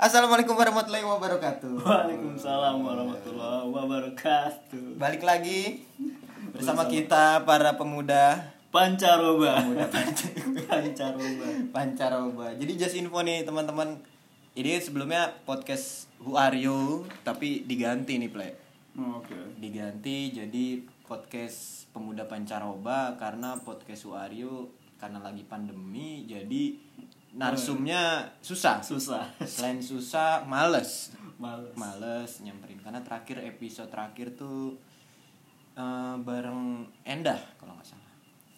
Assalamualaikum warahmatullahi wabarakatuh. Waalaikumsalam warahmatullahi wabarakatuh. Balik lagi bersama kita para pemuda Pancaroba. Pancaroba. Jadi just info nih teman-teman. Ini sebelumnya podcast Who Are You, tapi diganti nih Play. Oke. Diganti jadi podcast Pemuda Pancaroba karena podcast Who Are You karena lagi pandemi jadi narsumnya susah. Selain susah, males nyamperin karena episode terakhir tuh bareng Endah kalau nggak salah.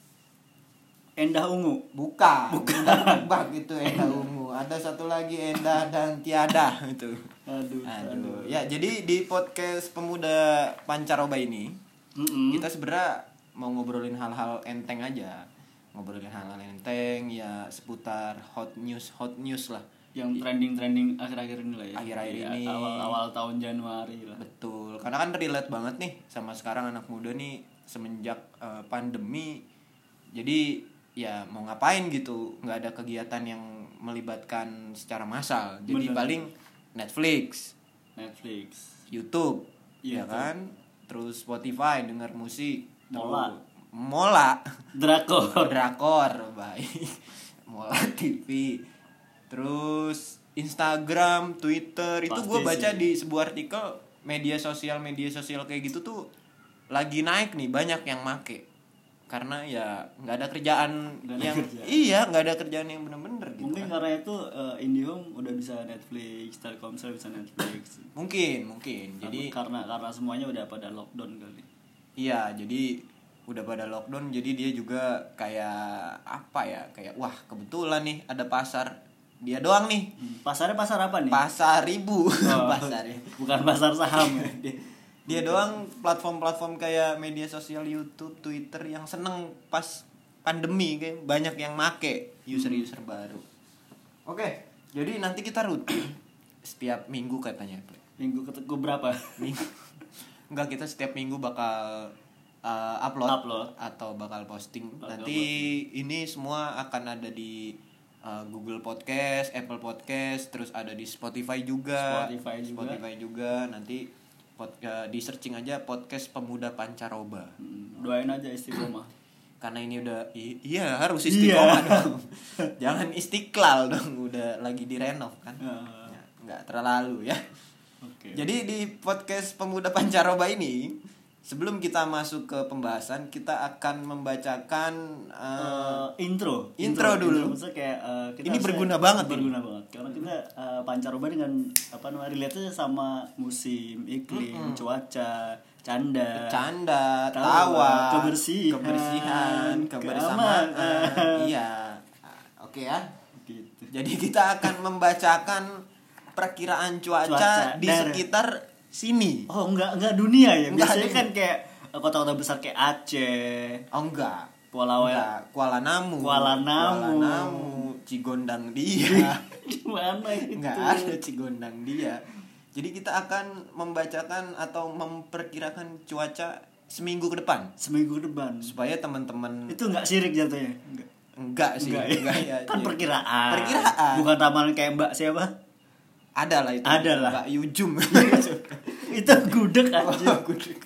Endah Ungu. Bukan. Bak itu Endah Ungu. Ada satu lagi Endah dan Tiada itu. Aduh. Ya, jadi di podcast Pemuda Pancaroba ini kita sebenarnya mau ngobrolin hal-hal enteng aja. Ngobrolin hal-hal enteng ya seputar hot news lah. Yang trending akhir-akhir ini lah ya. Akhir-akhir ini. Awal tahun Januari lah. Betul. Karena kan relate banget nih sama sekarang anak muda nih semenjak pandemi. Jadi ya mau ngapain gitu, nggak ada kegiatan yang melibatkan secara massal. Jadi paling Netflix, YouTube, ya kan, terus Spotify denger musik, Mola, drakor, baik, Mola TV, terus Instagram, Twitter. Itu gue baca di sebuah artikel media sosial kayak gitu tuh lagi naik nih, banyak yang make. Karena ya nggak ada kerjaan nggak ada kerjaan yang benar-benar gitu. Mungkin kan. karena itu IndiHome udah bisa Netflix, Telkomsel bisa Netflix. Mungkin. Jadi karena semuanya udah pada lockdown kali. Iya, jadi udah pada lockdown, jadi dia juga kayak apa ya? Kayak wah, kebetulan nih ada pasar. Dia doang nih. Pasarnya pasar apa nih? Pasar ribu. Pasarnya. Bukan pasar saham. Dia doang platform-platform kayak media sosial YouTube, Twitter yang seneng pas pandemi kayak banyak yang make user baru. Oke, jadi nanti kita rutin setiap minggu katanya. Minggu ke berapa? Minggu. Enggak, kita setiap minggu bakal upload atau bakal posting. Nanti ini semua akan ada di Google Podcast, Apple Podcast, terus ada di Spotify juga. Nanti di searching aja podcast Pemuda Pancaroba. Doain aja istiqomah. Karena ini udah harus istiqomah dong. Jangan istiqlal dong, udah lagi direnov kan. Ya, nggak terlalu ya. Okay. Jadi di podcast Pemuda Pancaroba ini, sebelum kita masuk ke pembahasan, kita akan membacakan intro dulu. Maksudnya kayak ini berguna banget karena kita pancaroba dengan relate-nya sama musim, iklim, cuaca, canda, tawa, kebersihan, kebersamaan. Iya. Oke ya. Gitu. Jadi kita akan membacakan perkiraan cuaca di sekitar sini. Oh, enggak dunia ya. Biasanya kan kayak kota-kota besar kayak Aceh. Oh, enggak. Kuala Namu, Cigondang dia. Gimana itu? Enggak ada Cigondang dia. Jadi kita akan membacakan atau memperkirakan cuaca seminggu ke depan. Supaya teman-teman itu enggak syirik jatuhnya. Enggak sih. Enggak ya. Kan perkiraan. Bukan ramalan kayak Mbak siapa? Ada lah itu. Mbak Yujum. Itu gudeg aja.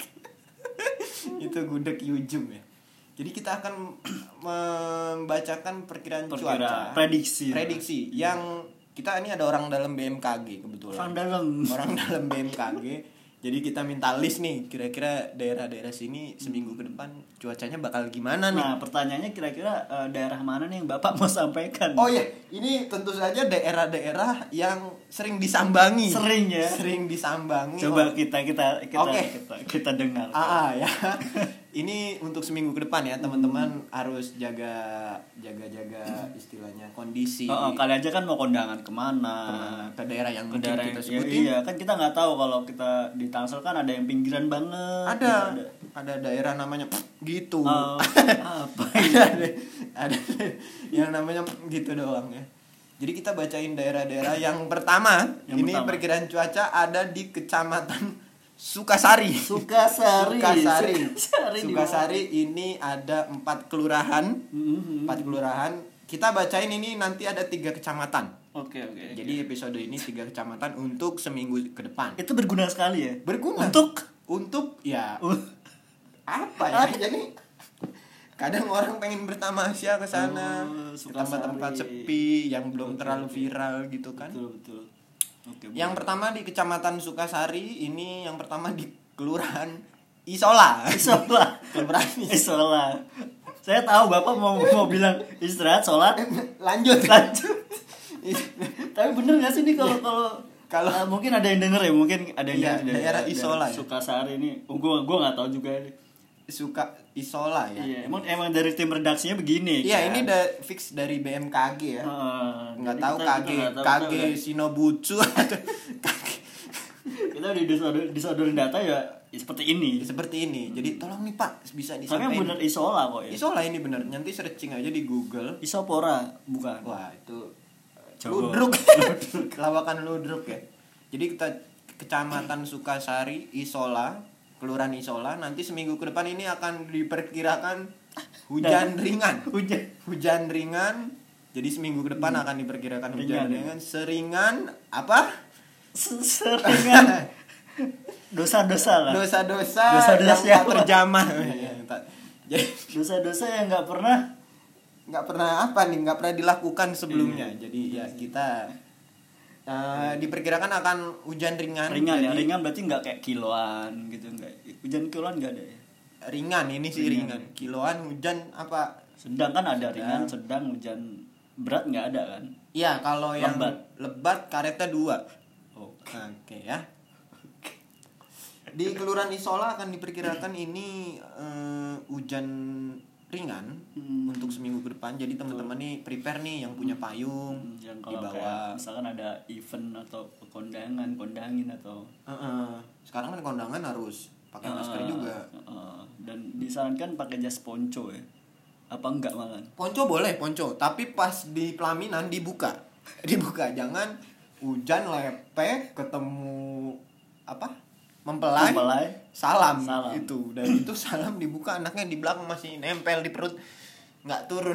Itu gudeg Yujum ya. Jadi kita akan membacakan perkiraan cuaca. Prediksi yang kita ini ada orang dalam BMKG kebetulan. Orang dalam BMKG. Jadi kita minta list nih, kira-kira daerah-daerah sini seminggu ke depan cuacanya bakal gimana nih? Nah, pertanyaannya kira-kira daerah mana nih yang Bapak mau sampaikan? Oh iya, ini tentu saja daerah-daerah yang sering disambangi. Sering disambangi. Coba kita dengar. Ya. Ini untuk seminggu ke depan ya, teman-teman harus jaga istilahnya kondisi. Kali aja kan mau kondangan kemana? Ke daerah yang kita sebutin. Iya, kan kita nggak tahu kalau kita di Tangsel kan ada yang pinggiran banget. Ada daerah namanya gitu. Apa? ada yang namanya gitu doang ya. Jadi kita bacain daerah-daerah yang pertama. Perkiraan cuaca ada di Kecamatan Sukasari ini ada 4 kelurahan. kita bacain ini nanti ada 3 kecamatan. Oke. Jadi episode ini 3 kecamatan untuk seminggu ke depan. Itu berguna sekali ya. Berguna. Untuk ya apa ya? Jadi kadang orang pengen bertamasya ke sana, ke tempat-tempat sepi yang belum terlalu viral gitu kan. Betul. Oke. Yang pertama di Kecamatan Sukasari, ini yang pertama di Kelurahan Isola. Kelurahan Isola. Saya tahu Bapak mau bilang istirahat, sholat, lanjut. Tapi bener nggak sih nih kalau mungkin ada yang denger ya, mungkin ada yang denger daerah Isola. Sukasari ini, gua nggak tahu juga ini. Isola ya. Iya, emang dari tim redaksinya begini. Iya, kan? ini fix dari BMKG ya. Nggak tahu KG Sinobutsu atau kita disodorin data ya seperti ini. Jadi tolong nih Pak bisa Tapi disampaikan. yang bener Isola kok ya. Isola ini bener. Nanti searching aja di Google. Isopora bukan. Wah, itu Jawa. ludruk. Lawakan ludruk ya. Jadi kita Kecamatan Sukasari, Isola, Kelurahan Isola, nanti seminggu ke depan ini akan diperkirakan hujan ringan. Hujan ringan. Jadi seminggu ke depan akan diperkirakan hujan ringan. Seringan apa? Seringan dosa-dosa lah. Dosa-dosa yang tak terjamah. Jadi dosa-dosa yang nggak pernah dilakukan sebelumnya. Jadi ya kita diperkirakan akan hujan ringan. Ringan berarti nggak kayak kiloan gitu, nggak. Hujan kiloan nggak ada ya. Ringan ini sih ringan. Kiloan hujan apa? Sedang kan ada ringan, sedang, hujan berat nggak ada kan? Iya, kalau yang lebat karetnya 2. Oke ya. Di Kelurahan Isola akan diperkirakan ini hujan ringan untuk seminggu ke depan. Jadi teman-teman nih prepare nih yang punya payung yang di bawah. Kayak, misalkan ada event atau kondangin atau sekarang kan kondangan harus pakai masker juga. Dan disarankan pakai jas ponco ya. Apa enggak malah? Ponco boleh, tapi pas di pelaminan dibuka. Jangan hujan lepek ketemu apa? Mempelai. Salam. Itu. Dan itu salam dibuka, anaknya di belakang masih nempel di perut. Nggak turun.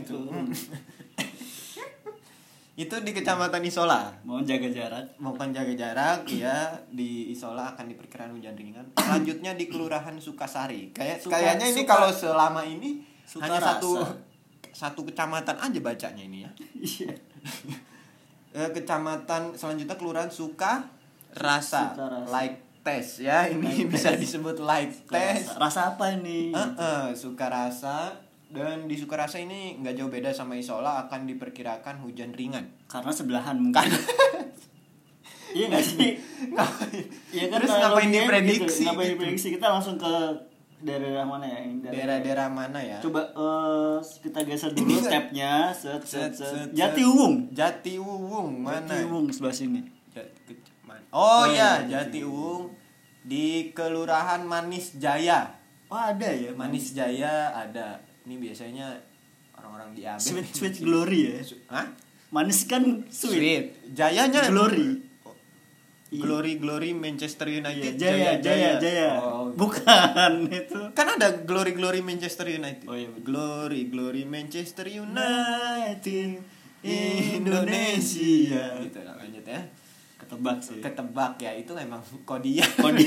Itu di Kecamatan Isola. Mohon jaga jarak ya. Di Isola akan diperkirakan hujan ringan. Selanjutnya di Kelurahan Sukasari. Kayaknya ini kalau selama ini hanya satu kecamatan aja bacanya ini ya. Iya. Kecamatan selanjutnya Kelurahan Sukarasa. Like test ya, ini bisa disebut like test. Rasa apa ini? Sukarasa. Dan di Sukarasa ini nggak jauh beda sama Isola, akan diperkirakan hujan ringan. Karena sebelahan mungkin. Iya nggak sih? Iya kan. Terus ngapain diprediksi? Gitu. Ngapain diprediksi? Kita langsung ke daerah mana ya? Daerah mana ya? Coba kita geser dulu tabnya. Jatiwung mana? Jatiwung sebelah sini. Jatiwung di Kelurahan Manis Jaya. Oh ada ya, Manis Jaya ada. Ini biasanya orang-orang di AB. Sweet Glory ya. Hah? Manis kan sweet. Jayanya Glory. Glory Manchester United. Jaya. Oh, bukan itu. Kan ada Glory Manchester United. Oh iya. Glory Manchester United Indonesia. Gitu lanjut ya. Ketebak ya, itu memang Kodia.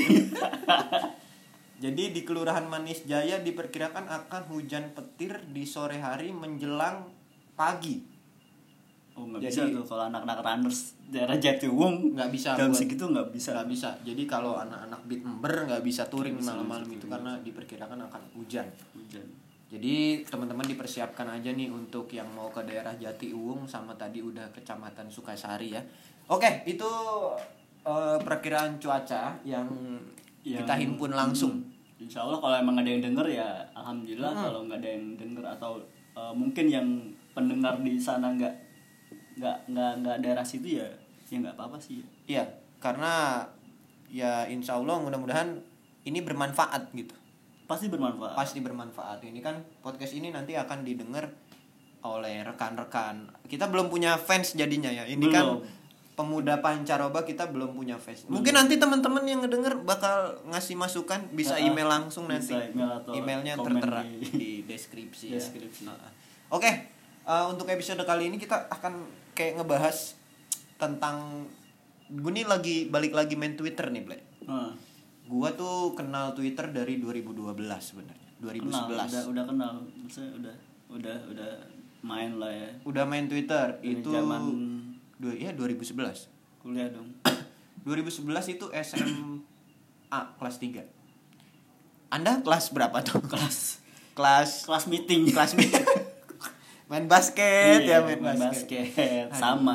Jadi di Kelurahan Manis Jaya diperkirakan akan hujan petir di sore hari menjelang pagi. Oh nggak bisa tuh kalau anak-anak runners daerah Jatiwung nggak bisa jam segitu nggak bisa. Jadi kalau anak-anak beat member nggak bisa touring malam-malam itu karena diperkirakan akan hujan. Jadi teman-teman dipersiapkan aja nih untuk yang mau ke daerah Jatiwung sama tadi udah Kecamatan Sukasari ya. Oke, itu perkiraan cuaca yang kita himpun langsung. Insya Allah kalau emang ada yang denger ya alhamdulillah. Kalau nggak ada yang denger atau mungkin yang pendengar di sana nggak daerah situ ya nggak apa-apa sih. Iya, karena ya insya Allah mudah-mudahan ini bermanfaat gitu. Pasti bermanfaat. Ini kan podcast ini nanti akan didengar oleh rekan-rekan. Kita belum punya fans jadinya ya. Ini kan pemuda pancaroba, kita belum punya fans. Mungkin nanti teman-teman yang ngedenger bakal ngasih masukan, bisa email langsung nanti. Email atau emailnya tertera di deskripsi. Ya. Oke. Untuk episode kali ini kita akan kayak ngebahas tentang gue nih lagi balik lagi main Twitter nih, Blay. Gua tuh kenal Twitter dari 2012 sebenarnya. 2011. Udah kenal. Maksudnya udah main lah ya. Udah main Twitter dari itu zaman 2011. kuliah dong. 2011 itu SMA kelas 3. Anda kelas berapa tuh? Kelas meeting. Main basket Iya, ya, main basket. Aduh,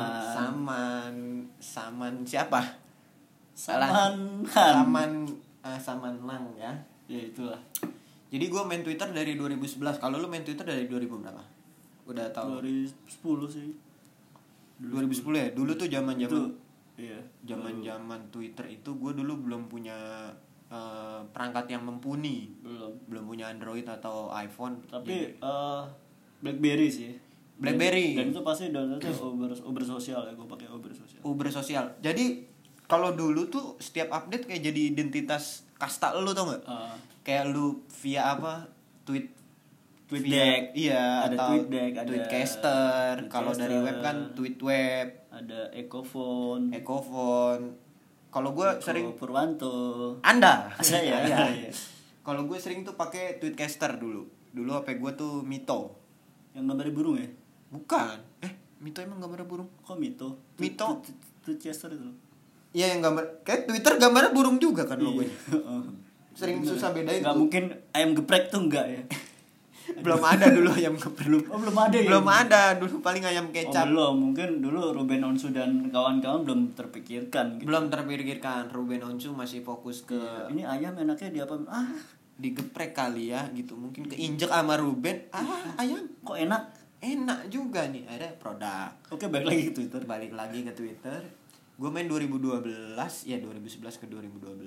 Saman siapa? Saman Lang ya. Ya itulah. Jadi gue main Twitter dari 2011. Kalau lu main Twitter dari 2000 berapa? Udah tahu. 2010 sih. 2010 ya. Dulu tuh zaman-zaman iya. Zaman Twitter itu gue dulu belum punya perangkat yang mumpuni. Belum punya Android atau iPhone. Tapi BlackBerry sih. BlackBerry. Dan itu pasti downloadnya Uber sosial ya, gue pakai Uber sosial. Uber sosial. Jadi kalau dulu tuh setiap update kayak jadi identitas kasta lu, tau nggak? Kayak lu via apa? TweetDeck. Iya, ada atau TweetDeck, ada Tweetcaster. Kalau dari web kan Tweetweb, ada Ecophone. Kalau gue sering Purwanto. Anda. Saya. Iya. Kalau gue sering tuh pakai Tweetcaster dulu. Dulu HP gue tuh Mito. Yang gambarnya burung ya? Bukan. Mito emang gambarnya burung? Kok Mito? Mito. Tweetcaster itu. Iya, yang gambar kayak Twitter gambarnya burung juga kan logonya. Sering Bener. susah bedain. Gak tuh. mungkin ayam geprek tuh enggak ya? Belum ada dulu ayam geprek. Belum ada ya? Belum ada, dulu paling ayam kecap. Belum, mungkin dulu Ruben Onsu dan kawan-kawan belum terpikirkan gitu. Belum terpikirkan. Ruben Onsu masih fokus ke ini ayam enaknya di apa? digeprek kali ya gitu. Mungkin keinjek sama Ruben. Ayam Kok enak? enak juga nih, ada produk. Oke, balik lagi ke Twitter. Balik lagi ke Twitter. Gue main 2012, ya 2011 ke 2012.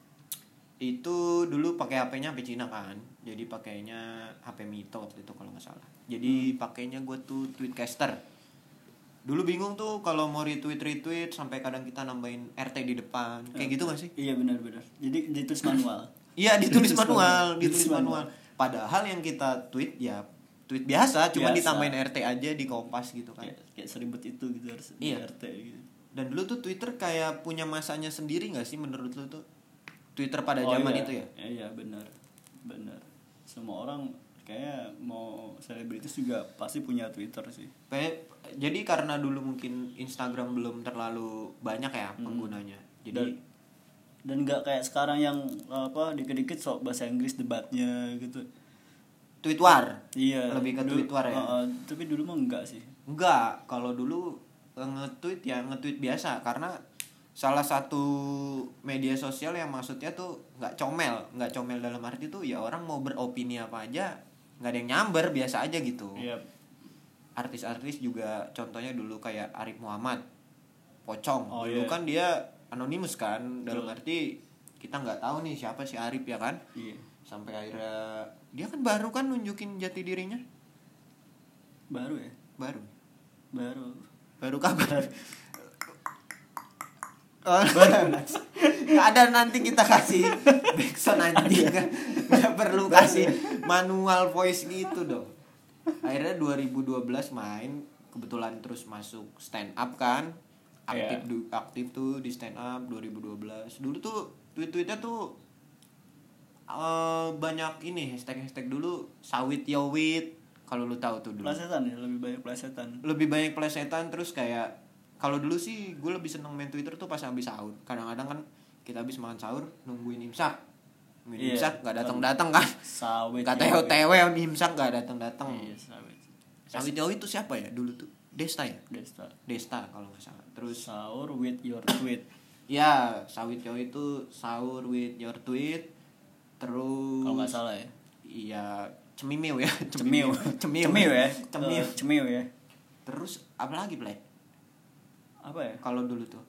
Itu dulu pakai HP-nya HP Cina kan. Jadi pakainya HP Mito waktu itu kalau nggak salah. Jadi pakainya gue tuh Tweetcaster. Dulu bingung tuh kalau mau retweet sampai kadang kita nambahin RT di depan. Kayak gitu gak sih? Iya, benar. Jadi ditulis manual. Iya, ditulis manual. Padahal yang kita tweet ya tweet biasa, cuma ditambahin RT aja di Kompas gitu kan. Kayak seribet itu gitu harus iya. RT gitu. Dan dulu tuh Twitter kayak punya masanya sendiri gak sih menurut lu tuh? Twitter pada zaman itu ya? Iya, benar. Semua orang kayak mau selebritis juga pasti punya Twitter sih. Jadi karena dulu mungkin Instagram belum terlalu banyak ya penggunanya. Jadi dan nggak kayak sekarang yang dikit-dikit sok bahasa Inggris debatnya gitu. Tweet war. Iya. Lebih ke tweet war ya. Tapi dulu mah enggak sih. Enggak, kalau dulu nge-tweet ya nge-tweet biasa karena salah satu media sosial yang maksudnya tuh nggak comel dalam arti tuh ya orang mau beropini apa aja nggak ada yang nyamber, biasa aja gitu. Yep. Artis-artis juga contohnya dulu kayak Arif Muhammad, Pocong. Dulu iya. kan dia anonimus kan, dalam arti kita nggak tahu nih siapa si Arif ya kan. Iya. Sampai akhirnya dia kan baru kan nunjukin jati dirinya. Baru ya? Baru kabar. Nggak ada, nanti kita kasih backsound anjing kan. Nggak perlu kasih manual voice gitu dong. Akhirnya 2012 main, kebetulan terus masuk stand up kan. Aktif tuh di stand up 2012. Dulu tuh tweet-tweetnya tuh banyak ini hashtag dulu sawit yowit, kalau lu tahu tuh dulu. Plesetan ya, lebih banyak plesetan. Terus kayak kalau dulu sih gue lebih seneng main Twitter tuh pas habis sahur. Kadang-kadang kan kita habis makan sahur nungguin imsak. Imsak enggak datang-datang kan. Sawit. Kata TW imsak enggak datang-datang. Iya, Sawit yowit itu siapa ya dulu tuh? Desta kalau nggak salah. Terus sahur with your tweet. Ya, sawit yowit itu sahur with your tweet. Terus Kalau nggak salah ya. Iya, cemimiu ya. Cemiu ya. Terus apa lagi, Play? Apa ya? Kalau dulu tuh.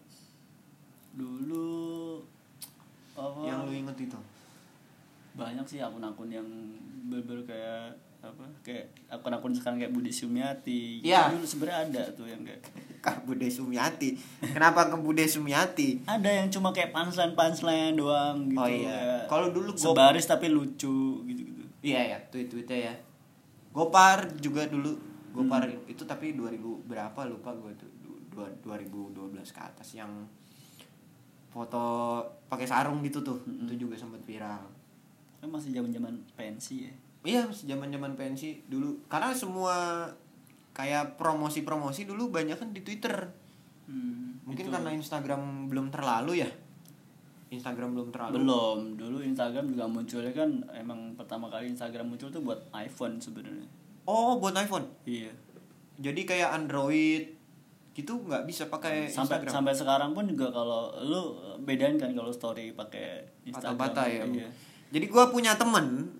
Apa? Yang lu inget itu? Banyak sih akun-akun yang kayak kayak akun-akun sekarang kayak Budi Sumiati. Iya. Dulu sebenarnya ada tuh yang kayak Kak Bude Sumiati. Kenapa ke Bude Sumiati? ada yang cuma kayak punchline doang gitu. Oh iya. Kalau dulu sebaris tapi lucu gitu. Iya ya, tweet-tweetnya ya. Gopar juga dulu Gue itu tapi 2000 berapa lupa gue tuh 2012 ke atas yang foto pakai sarung gitu tuh. Itu juga sempat viral. Kan masih zaman-zaman pensi ya. Iya, masih zaman-zaman pensi dulu. Karena semua kayak promosi dulu banyak kan di Twitter. Mungkin itu. karena Instagram belum terlalu ya. Belum. Dulu Instagram juga munculnya kan emang pertama kali Instagram muncul tuh buat iPhone sebenarnya. Oh, buat iPhone. Iya. Jadi kayak Android gitu nggak bisa pakai Instagram. Sampai sekarang pun juga kalau lu bedain kan kalau story pakai Instagram. Patah-patah ya. Iya. Jadi gue punya temen,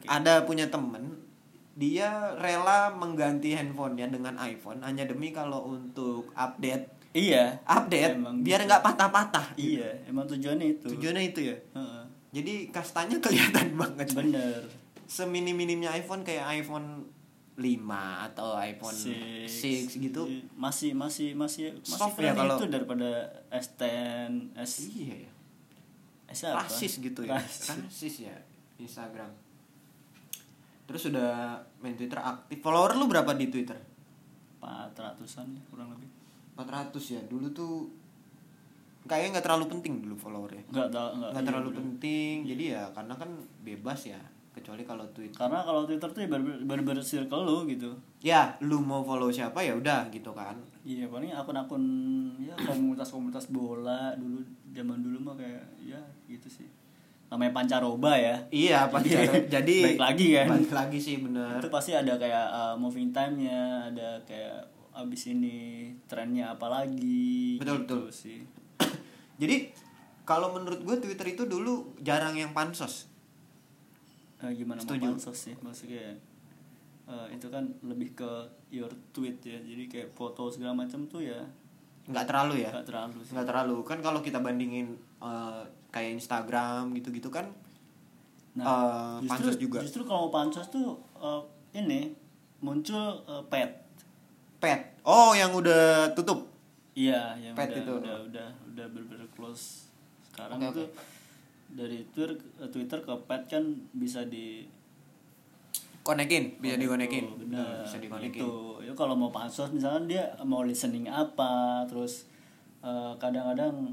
dia rela mengganti handphonenya dengan iPhone hanya demi kalau untuk update Emang biar gitu. nggak patah-patah. Iya, emang tujuannya itu. Tujuannya itu ya. Heeh. Jadi kastanya kelihatan banget. Bener. Seminim-minimnya iPhone kayak iPhone 5 atau iPhone 6 gitu. Masih Soft keren ya kalau- itu daripada S10, Iya ya. S apa? Rasis gitu ya. Rasis ya Instagram. Terus udah main Twitter aktif. Follower lu berapa di Twitter? 400-an ya, kurang lebih. 400 ya. Dulu tuh kayaknya nggak terlalu penting dulu followernya. Nggak terlalu penting. Jadi ya karena kan bebas ya. Kecuali kalau Twitter. Karena kalau Twitter tuh ya bener-bener circle lu gitu. Ya, lu mau follow siapa ya udah gitu kan. Iya, paling akun-akun ya komunitas bola dulu, zaman dulu mah kayak ya gitu sih. Namanya pancaroba ya. Iya, jadi Balik lagi kan. Balik lagi sih bener. Itu pasti ada kayak moving time-nya, ada kayak abis ini trennya apa lagi. Betul, gitu betul. Sih. Jadi kalau menurut gue Twitter itu dulu jarang yang pansos. Gimana Setuju. mau pansos sih, maksudnya itu kan lebih ke your tweet ya, jadi kayak foto segala macam tuh ya Nggak terlalu ya. nggak terlalu sih. Nggak terlalu kan kalau kita bandingin kayak Instagram gitu-gitu kan. Pansos juga. Justru kalau pansos tuh ini muncul pet. Oh, yang udah tutup. Iya, yang Pet itu. udah bener close. Sekarang Oke, itu dari Twitter ke pet kan bisa bisa dikonekin. Benar. Bisa dikonekin. Itu kalau mau pansos misalnya dia mau listening apa, terus kadang-kadang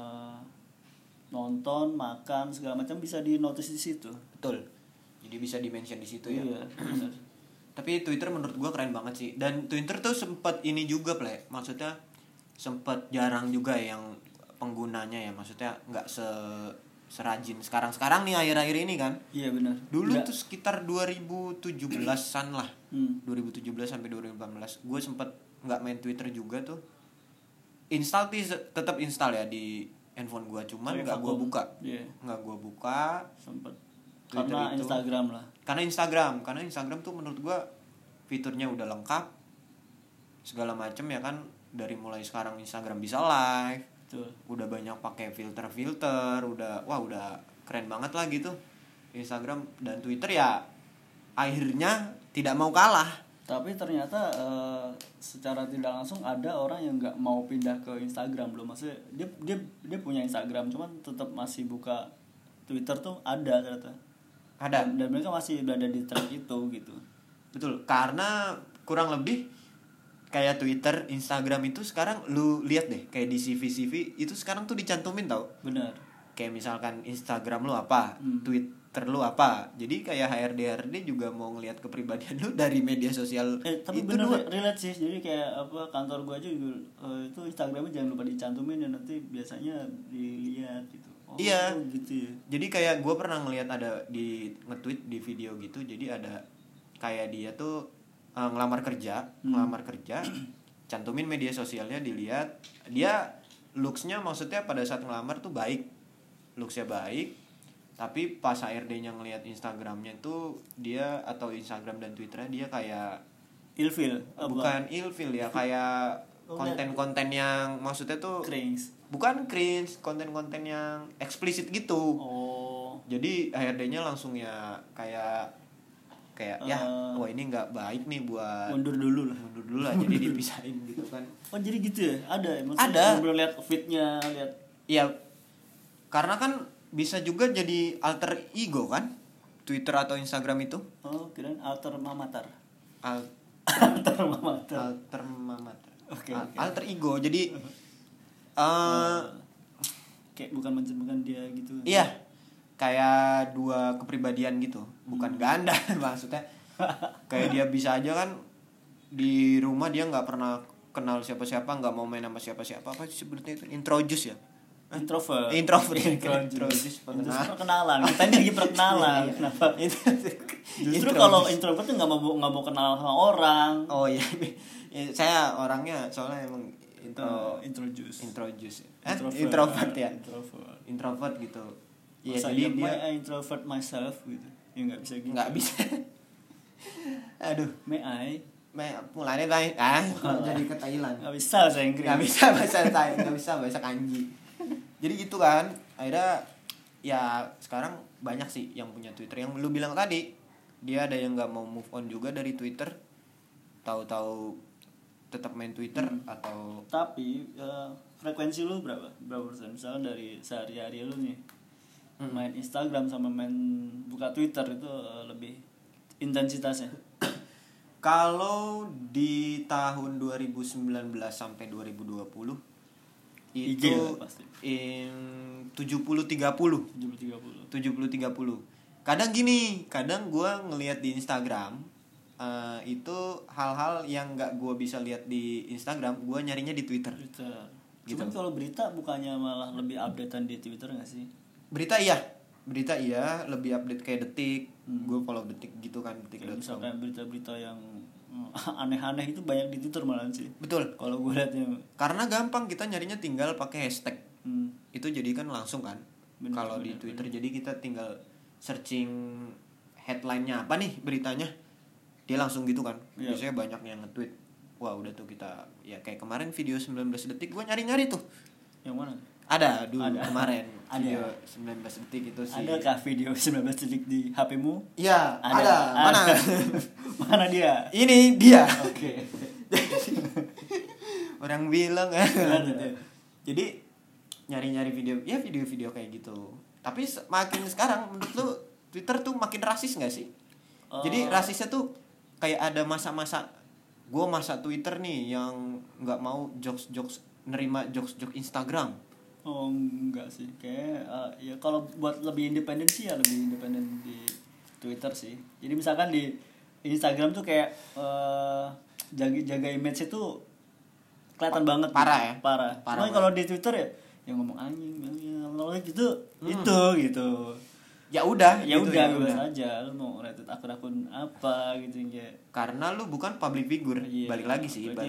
nonton, makan segala macam bisa di notice di situ. Betul. Jadi bisa di-mention di situ ya. Iya, benar. Tapi Twitter menurut gua keren banget sih. Dan Twitter tuh sempat ini juga, Ple. Maksudnya sempat jarang juga yang penggunanya ya. Maksudnya nggak serajin sekarang nih akhir-akhir ini kan. Iya, benar. Dulu tuh sekitar 2017-an lah. 2017 sampai 2018. Gue sempet nggak main Twitter juga tuh. Tetap install ya di handphone gue, cuman nggak gue buka. Iya. Nggak gue buka. Sempet. Twitter Karena itu. Instagram lah. Karena Instagram tuh menurut gue fiturnya udah lengkap. Segala macem ya kan. Dari mulai sekarang Instagram bisa live. Betul. Udah banyak pakai filter, udah keren banget lah gitu. Instagram dan Twitter ya akhirnya tidak mau kalah. Tapi ternyata secara tidak langsung ada orang yang nggak mau pindah ke Instagram belum, maksudnya dia punya Instagram cuman tetap masih buka Twitter tuh ada ternyata. Ada. Dan mereka masih berada di track itu gitu. Betul, karena kurang lebih kayak Twitter, Instagram itu sekarang lu lihat deh, kayak di CV itu sekarang tuh dicantumin tau. Benar. Kayak misalkan Instagram lu apa, Twitter lu apa. Jadi kayak HRD juga mau ngelihat kepribadian lu dari media sosial. Tapi itu bener dua. relate sih. Jadi kayak kantor gua aja juga itu Instagramnya jangan lupa dicantumin dan nanti biasanya dilihat gitu. Oh, iya. Gitu ya. Jadi kayak gue pernah ngelihat ada di nge-tweet di video gitu. Jadi ada kayak dia tuh ngelamar kerja, cantumin media sosialnya, dilihat. Dia looks-nya maksudnya pada saat ngelamar tuh baik. Looks-nya baik. Tapi pas HRD-nya ngelihat Instagramnya tuh dia atau Instagram dan Twitternya dia kayak Ilfil. bukan ilfil ya, kayak konten-konten yang maksudnya tuh cringe. Bukan cringe, konten-konten yang eksplisit gitu. Oh. Jadi HRD-nya langsung ya kayak ya wah ini nggak baik nih buat mundur dulu lah jadi dipisahin gitu kan. Oh jadi gitu ya, ada ya? Maksudnya Ada. belum lihat feednya, lihat. Iya, karena kan bisa juga jadi alter ego kan, Twitter atau Instagram itu. Oh kirain alter mamatar. Alter Mamata. Oke. Alter ego. Jadi kayak bukan mencerminkan dia gitu. iya. Kayak dua kepribadian gitu. Bukan ganda maksudnya. Kayak dia bisa aja kan di rumah dia nggak pernah kenal siapa-siapa, nggak mau main sama siapa-siapa. Apa sih sebetulnya itu? Introduce ya? Introvert. Perkenalan. Kita ini lagi perkenalan. Kenapa? Justru kalau introvert tuh nggak mau kenal sama orang. Oh iya. Saya orangnya soalnya emang introduce. Introvert ya. Introvert. Introvert gitu. Iya, Masa jadi dia I introvert myself gitu. Ya nggak bisa gitu. nggak bisa. Aduh, May I? mulanya jadi ke Thailand. Nggak bisa bahasa Inggris. Nggak bisa bahasa Thai, nggak bisa bahasa kanji. Jadi gitu kan, akhirnya ya sekarang banyak sih yang punya Twitter. Yang lu bilang tadi, dia ada yang nggak mau move on juga dari Twitter, tahu-tahu tetap main Twitter atau. Tapi frekuensi lu berapa persen? Misalnya dari sehari-hari lu nih main Instagram sama main buka Twitter itu lebih intensitasnya. Kalau di tahun 2019 sampai 2020 itu pasti. 70-30. 70-30. Kadang gini, kadang gue ngelihat di Instagram itu hal-hal yang nggak gue bisa lihat di Instagram, gue nyarinya di Twitter. Gitu. Gitu. Cuman kalau berita bukannya malah lebih updatean di Twitter nggak sih? Berita iya, lebih update kayak Detik. Gue follow Detik gitu kan, detik.com. Misalkan berita-berita yang aneh-aneh itu banyak di Twitter malah sih. Betul. Kalau gue liatnya. Karena gampang, kita nyarinya tinggal pakai hashtag. Itu jadi kan langsung kan. Kalau di Twitter jadi kita tinggal searching headline-nya apa nih beritanya, dia langsung gitu kan. Iya. Biasanya banyak yang nge-tweet. Wah udah tuh kita, ya kayak kemarin video 19 detik gue nyari-nyari tuh. Yang mana? Ada dulu kemarin video Ada. 19 detik itu sih. Adakah video 19 detik di HP-mu? Iya, ada. Mana? Mana dia? Ini dia. Oke. Orang bilang kan. Gitu. Jadi nyari-nyari video kayak gitu. Tapi makin sekarang menurut lu Twitter tuh makin rasis nggak sih? Jadi rasisnya tuh kayak ada masa-masa gue masa Twitter nih yang nggak mau nerima jokes Instagram. Oh enggak sih, kayak ya kalau buat lebih independen sih ya lebih independen di Twitter sih. Jadi misalkan di Instagram tuh kayak jaga image itu kelihatan banget. Parah gitu. ya? Parah. Cuma kalau di Twitter ya yang ngomong anjing gitu gitu. Ya udah bebas aja, lu mau retweet akun-akun apa gitu ya. Karena lu bukan public figure. Iya, balik lagi.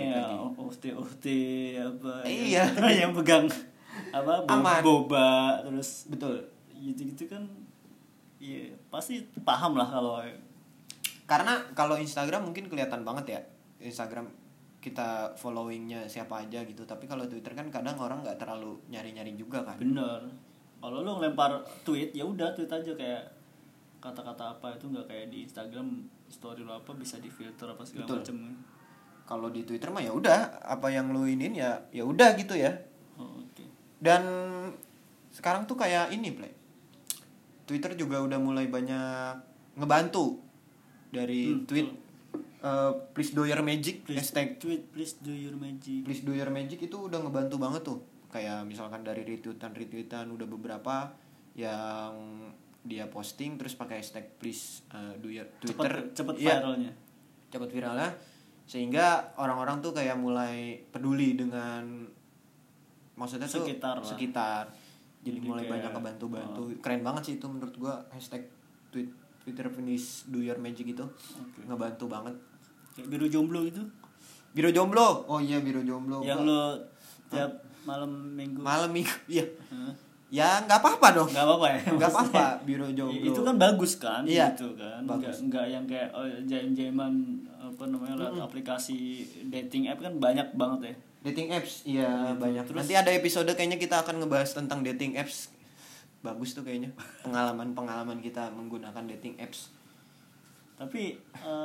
Uhti apa. Iya. Yang pegang apa boba terus betul gitu kan. Iya, pasti paham lah kalau. Karena kalau Instagram mungkin kelihatan banget ya. Instagram kita followingnya siapa aja gitu. Tapi kalau Twitter kan kadang orang nggak terlalu nyari-nyari juga kan. Bener. Kalau lu ngelempar tweet ya udah tweet aja kayak kata-kata apa itu nggak kayak di Instagram story lo apa bisa difilter apa segala macam. Kalau di Twitter mah ya udah apa yang lu inin ya udah gitu ya. Oh, okay. Dan sekarang tuh kayak ini Play. Twitter juga udah mulai banyak ngebantu dari tweet please do your magic hashtag tweet please do your magic itu udah ngebantu banget tuh. Kayak misalkan dari retweetan udah beberapa yang dia posting terus pakai hashtag please do your Twitter cepet viralnya. Cepet viralnya sehingga orang-orang tuh kayak mulai peduli dengan maksudnya tuh sekitar. Jadi mulai banyak ngebantu. Keren banget sih itu menurut gua hashtag Twitter finish do your magic itu. Okay. Ngebantu banget. Kayak Biro Jomblo itu. Biro Jomblo. Oh iya Biro Jomblo. Yang lo tiap malam minggu iya. Ya nggak apa-apa dong. Nggak apa-apa ya. Nggak apa-apa Biro Jomblo. Itu kan bagus kan. Iya. Gitu kan. Bagus. Nggak yang kayak jaim-jaiman apa namanya aplikasi dating app kan banyak banget ya. Dating apps iya gitu. Banyak. Terus, nanti ada episode kayaknya kita akan ngebahas tentang dating apps. Bagus tuh kayaknya pengalaman kita menggunakan dating apps. Tapi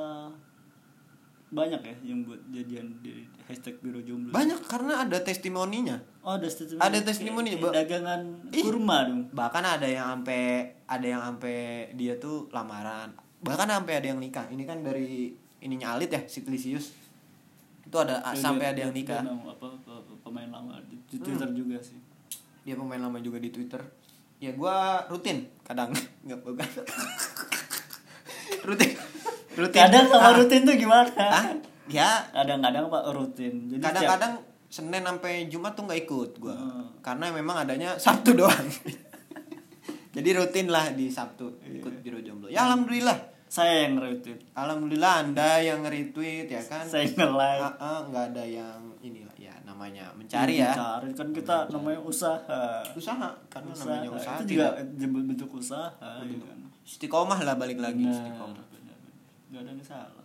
banyak ya yang buat jadian di hashtag Biro Jomblo. Banyak karena ada testimoninya. Oh, ada testimoni. Ada testimoni dagangan kurma dong. Bahkan ada yang sampai dia tuh lamaran. Bahkan sampai ada yang nikah. Ini kan dari ininya Alit ya, si Klisius. Itu ada sampai ada yang nikah. Pemain lama di Twitter juga sih. Dia pemain lama juga di Twitter. Ya gua rutin kadang nggak rutin Kadang sama rutin tuh gimana? Ya Kadang-kadang Pak rutin. Jadi kadang-kadang Senin sampai Jumat tuh nggak ikut gua. Karena memang adanya Sabtu doang. Jadi rutin lah di Sabtu ikut Biro Jomblo. Ya alhamdulillah. Saya yang retweet. Alhamdulillah Anda yang nge-retweet ya kan. Saya nge-like. Nggak ada yang ini lah ya, namanya mencari ya. Mencari kan kita namanya usaha. Karena namanya usaha itu juga bentuk usaha. Ya kan? Istiqomah lah, balik lagi Nah, istiqomah. Gak ada yang salah.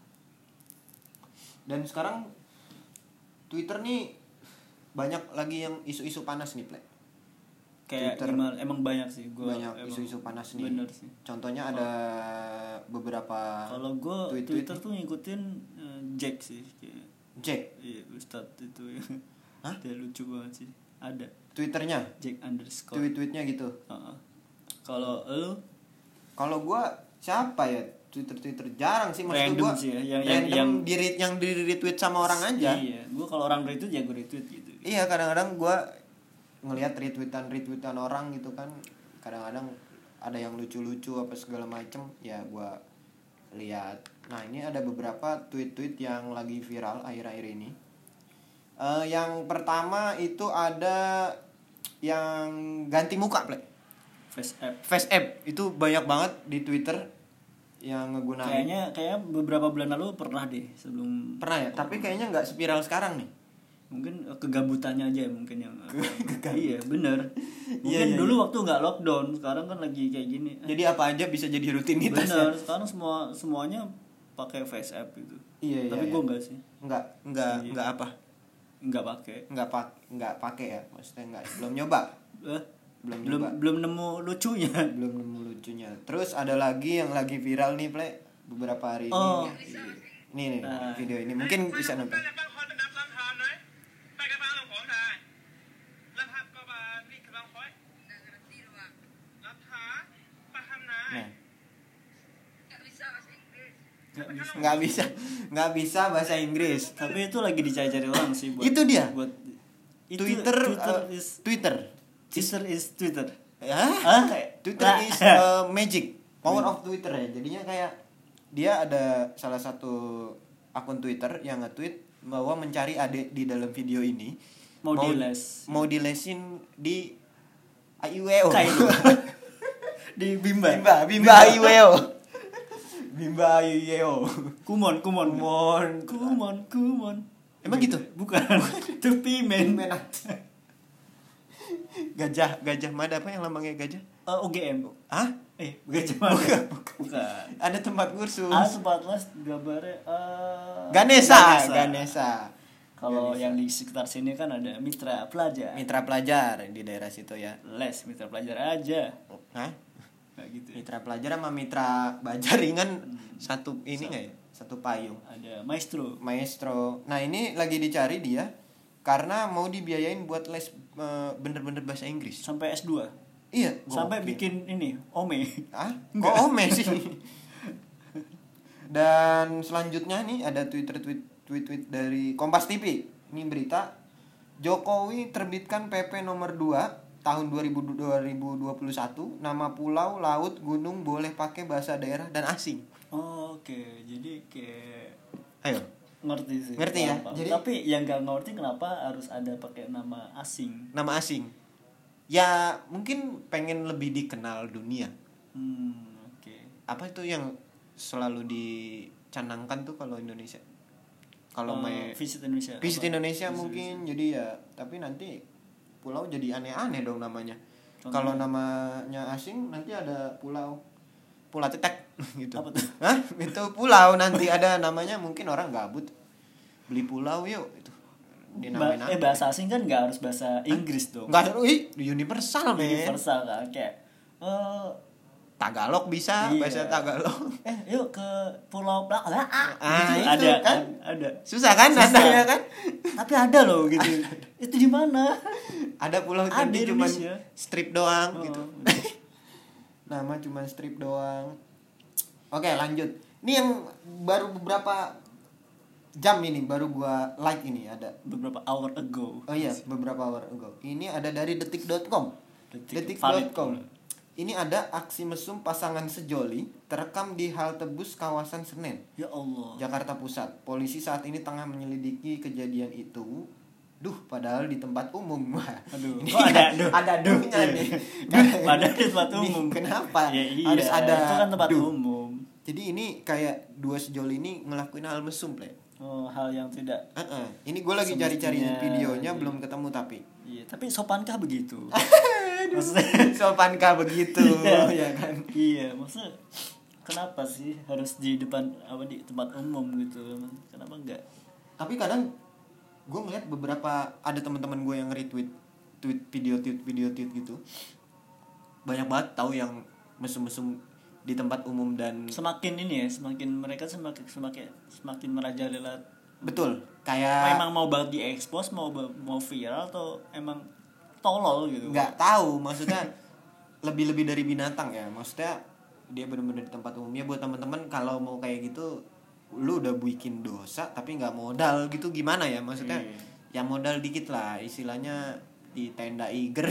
Dan sekarang Twitter nih banyak lagi yang isu-isu panas nih, Plek. Kayak Twitter, gimana, emang banyak sih banyak isu-isu panas nih. Bener sih. Contohnya ada beberapa. Kalau gue Twitter tuh ngikutin Jack sih kayak. Jack. Iya, Ustadz itu ya. Hah? Dia lucu banget sih. Ada Twitternya. Jack _. Tweet-tweetnya gitu. Kalau lu? Kalau gua siapa ya? Twitter jarang sih, maksud Random gua. sih ya, yang di retweet sama orang aja. Iya, gua kalau orang retweet ya gua retweet gitu. Iya, kadang-kadang gua ngelihat retweetan orang gitu kan. Kadang-kadang ada yang lucu-lucu apa segala macem, ya gua lihat. Nah, ini ada beberapa tweet-tweet yang lagi viral akhir-akhir ini. Yang pertama itu ada yang ganti muka, Plek. Face app itu banyak banget di Twitter yang ngegunain. Kayaknya beberapa bulan lalu pernah deh sebelum. Pernah ya, tapi kayaknya nggak spiral sekarang nih. Mungkin kegabutannya aja mungkin yang. Iya bener. Mungkin Iya. dulu waktu nggak lockdown, sekarang kan lagi kayak gini. Jadi apa aja bisa jadi rutinitas. Bener. Ya? Sekarang semuanya pakai face app gitu. Iya. Tapi gue enggak sih. Enggak apa? Enggak pakai. Enggak pakai ya, maksudnya enggak, belum nyoba. Belum nemu lucunya. Belum nemu lucunya. Terus ada lagi yang lagi viral nih, Plek, beberapa hari ini. Nih, video ini mungkin bisa nonton. Nah. Nggak bisa bahasa Inggris. Tapi itu lagi dicari-cari orang sih buat. Itu dia. Buat Twitter is Twitter. Ya. Twitter is magic. Power of Twitter ya. Jadinya kayak dia ada salah satu akun Twitter yang nge-tweet bahwa mencari adik di dalam video ini mau dilesin di IUEO. Di Bimba IUEO. Bimba IUEO. Kumon. Emang gitu? Bukan. Itu Pimen. Gajah Mada, apa yang lambangnya gajah? OGM. Hah? Gajah Mada. Bukan. Ada tempat kursus. A14 gambarnya Ganesha. Kalau yang di sekitar sini kan ada Mitra Pelajar. Mitra pelajar di daerah situ ya. Les Mitra Pelajar aja. Hah? Kayak gitu. Mitra pelajar sama mitra bajaringan satu ini nggak ya? Satu payung. Ada Maestro. Nah, ini lagi dicari dia karena mau dibiayain buat les bener-bener bahasa Inggris. Sampai S2. Iya. Sampai bikin ini Ome. Kok Ome sih? Dan selanjutnya nih ada tweet dari Kompas TV. Ini berita Jokowi terbitkan PP nomor 2 tahun 2021, nama pulau, laut, gunung boleh pakai bahasa daerah dan asing. Oke. Jadi kayak Ayo. Ngerti sih. Ngerti ya? Jadi, tapi yang gak ngerti kenapa harus ada pakai nama asing. Nama asing. Ya, mungkin pengen lebih dikenal dunia. Oke. Apa itu yang selalu dicanangkan tuh kalau Indonesia? Kalau visit Indonesia. Visit Indonesia mungkin jadi ya, tapi nanti pulau jadi aneh-aneh dong namanya. Kalau namanya asing nanti ada pulau Tetek gitu. Apa tuh? Hah? Itu pulau nanti ada namanya, mungkin orang gabut beli pulau yuk itu. Dinamain Bahasa asing kan nggak harus bahasa Inggris dong. Nggak harus, universal men. Universal kan kayak Tagalog bisa, iya. Bahasa Tagalog. Yuk ke Pulau Plak. Itu ada kan? Ada. Susah kan rasanya kan? Tapi ada loh gitu. Itu di mana? Ada pulau Ada tapi di cuma Indonesia. strip doang gitu. Nama cuma strip doang. Oke, lanjut. Ini yang baru beberapa jam ini baru gua like ini ada. beberapa hour ago. Oh iya, beberapa hour ago. Ini ada dari detik.com. Valid. Detik.com. Ini ada aksi mesum pasangan sejoli terekam di halte bus kawasan Senen, Ya Allah. Jakarta Pusat. Polisi saat ini tengah menyelidiki kejadian itu. Duh, padahal di tempat umum. Wah, Aduh. ini Oh, ada ada duhnya nih. Padahal di tempat umum. Kenapa? Ya, iya, Harus ada itu kan tempat duh. umum. Jadi ini kayak dua sejoli ini ngelakuin hal mesum, Ple. Oh, hal yang tidak. Ini gue lagi cari-cari Semestinya, videonya iya. belum ketemu tapi. Iya, tapi sopankah begitu? Aduh, Maksudnya sopankah begitu Iya. ya kan? Iya, maksudnya kenapa sih harus di depan di tempat umum gitu? Kenapa enggak? Tapi kadang gue ngeliat beberapa ada teman-teman gue yang retweet video tweet gitu. Banyak banget tahu yang mesum-mesum di tempat umum dan Semakin ini ya, mereka semakin merajalela. betul kayak Emang mau banget diekspos, mau viral atau emang tolol gitu? nggak tahu maksudnya lebih dari binatang ya, maksudnya dia benar-benar di tempat umum. Ya buat teman-teman kalau mau kayak gitu lu udah bikin dosa tapi nggak modal gitu gimana ya, maksudnya ya modal dikit lah istilahnya di tenda Iger.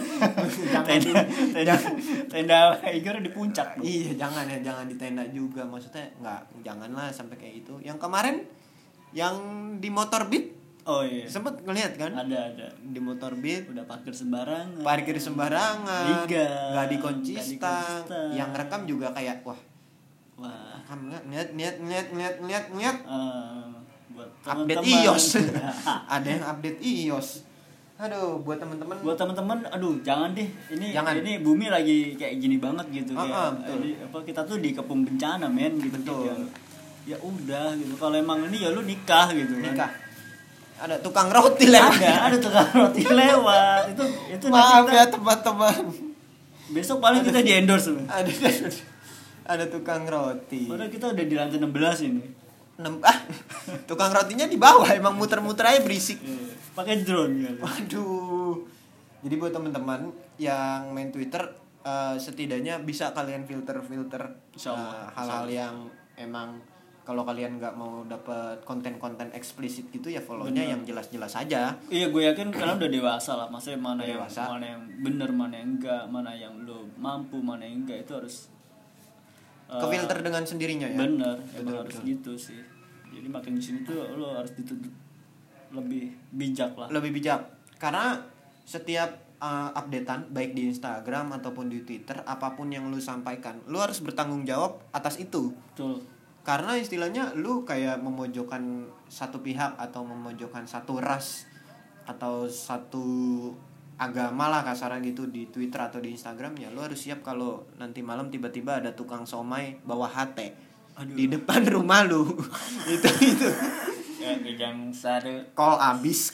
tenda Iger di puncak. Iya, jangan di tenda juga, maksudnya janganlah sampai kayak gitu. Yang kemarin yang di motor Beat, Oh iya. sempet ngeliat kan? Ada. Di motor Beat Udah parkir sembarangan. Liga, nggak di Nggak konsisten. dikonsisten. Yang rekam juga kayak wah, rekam ngeliat Buat update teman-teman. iOS. Ada yang update iOS. Aduh, buat teman-teman. Buat teman-teman, aduh jangan deh. Jangan. Ini bumi lagi kayak gini banget gitu Betul. kita tuh dikepung bencana men gitu. Betul. Ya udah gitu. Kalau emang ini ya lu nikah gitu kan. Nikah. Ada tukang roti lewat. Ada tukang roti lewat. Itu Maaf nanti ya teman-teman. besok paling kita di endorse. Ada tukang roti. Padahal kita udah di lantai 16 ini. Tukang rotinya di bawah, emang muter-muter aja berisik. Pakai drone gitu. Waduh. Jadi buat teman-teman yang main Twitter, setidaknya bisa kalian filter Insyaallah. hal-hal yang emang kalau kalian nggak mau dapet konten-konten eksplisit gitu ya follow-nya yang jelas-jelas aja. Iya, gue yakin kalian udah dewasa lah. Maksudnya mana Dewasa. yang bener, mana yang enggak, mana yang lo mampu, mana yang enggak, itu harus Kefilter dengan sendirinya ya. bener. Betul, Emang harus gitu sih. Jadi makin di sini tuh lo harus dituntut lebih bijak lah. Lebih bijak karena setiap updatean baik di Instagram ataupun di Twitter, apapun yang lu sampaikan lu harus bertanggung jawab atas itu. Betul. Karena istilahnya lu kayak memojokkan satu pihak atau memojokkan satu ras atau satu agama lah kasarnya gitu di Twitter atau di Instagram, ya lu harus siap kalau nanti malam tiba-tiba ada tukang somai bawa HT di depan rumah lu. itu Ya, yang satu. call abis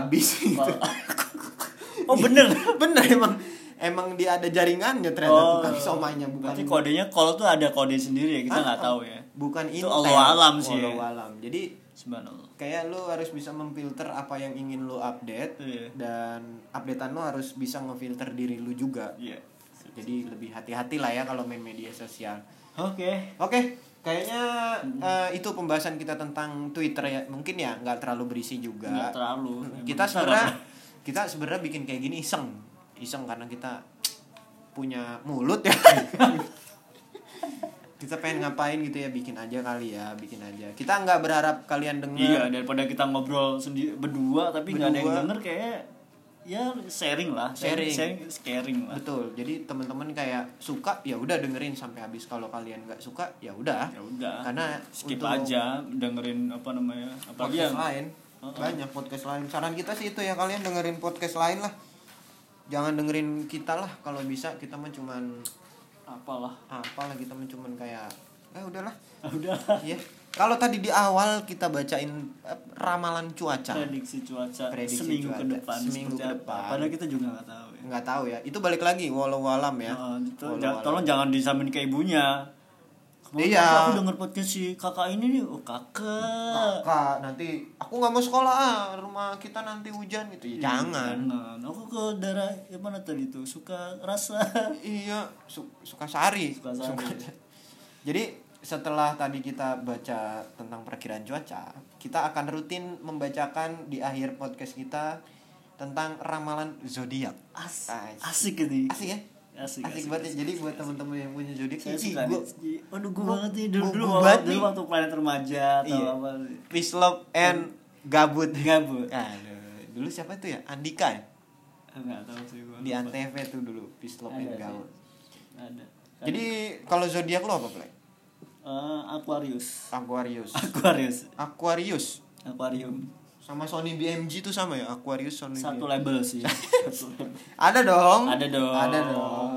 Oh bener. bener emang dia ada jaringannya ternyata tukang somainya, bukan. Berarti kodenya call tuh ada kode sendiri ya, kita nggak tahu ya. Bukan Itu Intel. Allahu alam sih. Allahu alam. Jadi Subhanallah. kayak lu harus bisa memfilter apa yang ingin lu update. Iya. Dan updatean lu harus bisa ngefilter diri lu juga. Iya. Jadi lebih hati-hati lah ya kalau main media sosial. Oke. Kayaknya itu pembahasan kita tentang Twitter ya. Mungkin ya nggak terlalu berisi juga. Nggak terlalu. Kita sebenarnya bikin kayak gini iseng karena kita punya mulut ya. Kita pengen ngapain gitu ya, bikin aja. Kita nggak berharap kalian dengar. Iya, daripada kita ngobrol sendiri berdua tapi nggak ada yang denger, kayak ya sharing lah. Sharing lah. Betul. Jadi teman-teman kayak suka ya udah dengerin sampai habis. Kalau kalian nggak suka ya udah. Karena skip untuk aja dengerin apalagi podcast lain. Banyak podcast lain. Saran kita sih itu ya, kalian dengerin podcast lain lah. Jangan dengerin kita lah, kalau bisa. Kita mah cuman apalah kita mah cuman kayak udahlah. Iya. Kalau tadi di awal kita bacain ramalan cuaca. Prediksi cuaca Seminggu ke depan. Padahal kita juga nggak tahu ya. Nggak tahu ya. Itu balik lagi walau alam ya. Tolong jangan disamin ke ibunya. Iya. Aku denger podcast si kakak ini nih. Oh kakak nanti aku nggak mau sekolah, rumah kita nanti hujan gitu ya. Jangan. Aku ke daerah mana tadi tuh, suka rasa. Iya, Sukasari. Jadi setelah tadi kita baca tentang perkiraan cuaca, kita akan rutin membacakan di akhir podcast kita tentang ramalan zodiak. Asik gitu. Asik ya? Asik banget. Jadi buat teman-teman yang punya zodiak, aduh gue banget nih dulu waktu planet remaja atau apa. Peace, love and gabut. Aduh, dulu siapa tuh ya? Andika ya? Enggak tahu sih gue. Di Antv tuh dulu Peace, love and gabut. Ada. Jadi kalau zodiak lo apa, Play? Aquarius. Aquarium. Sama Sony BMG tuh sama ya? Aquarius, Sony Satu BMG. label sih. Ada dong. Ada dong.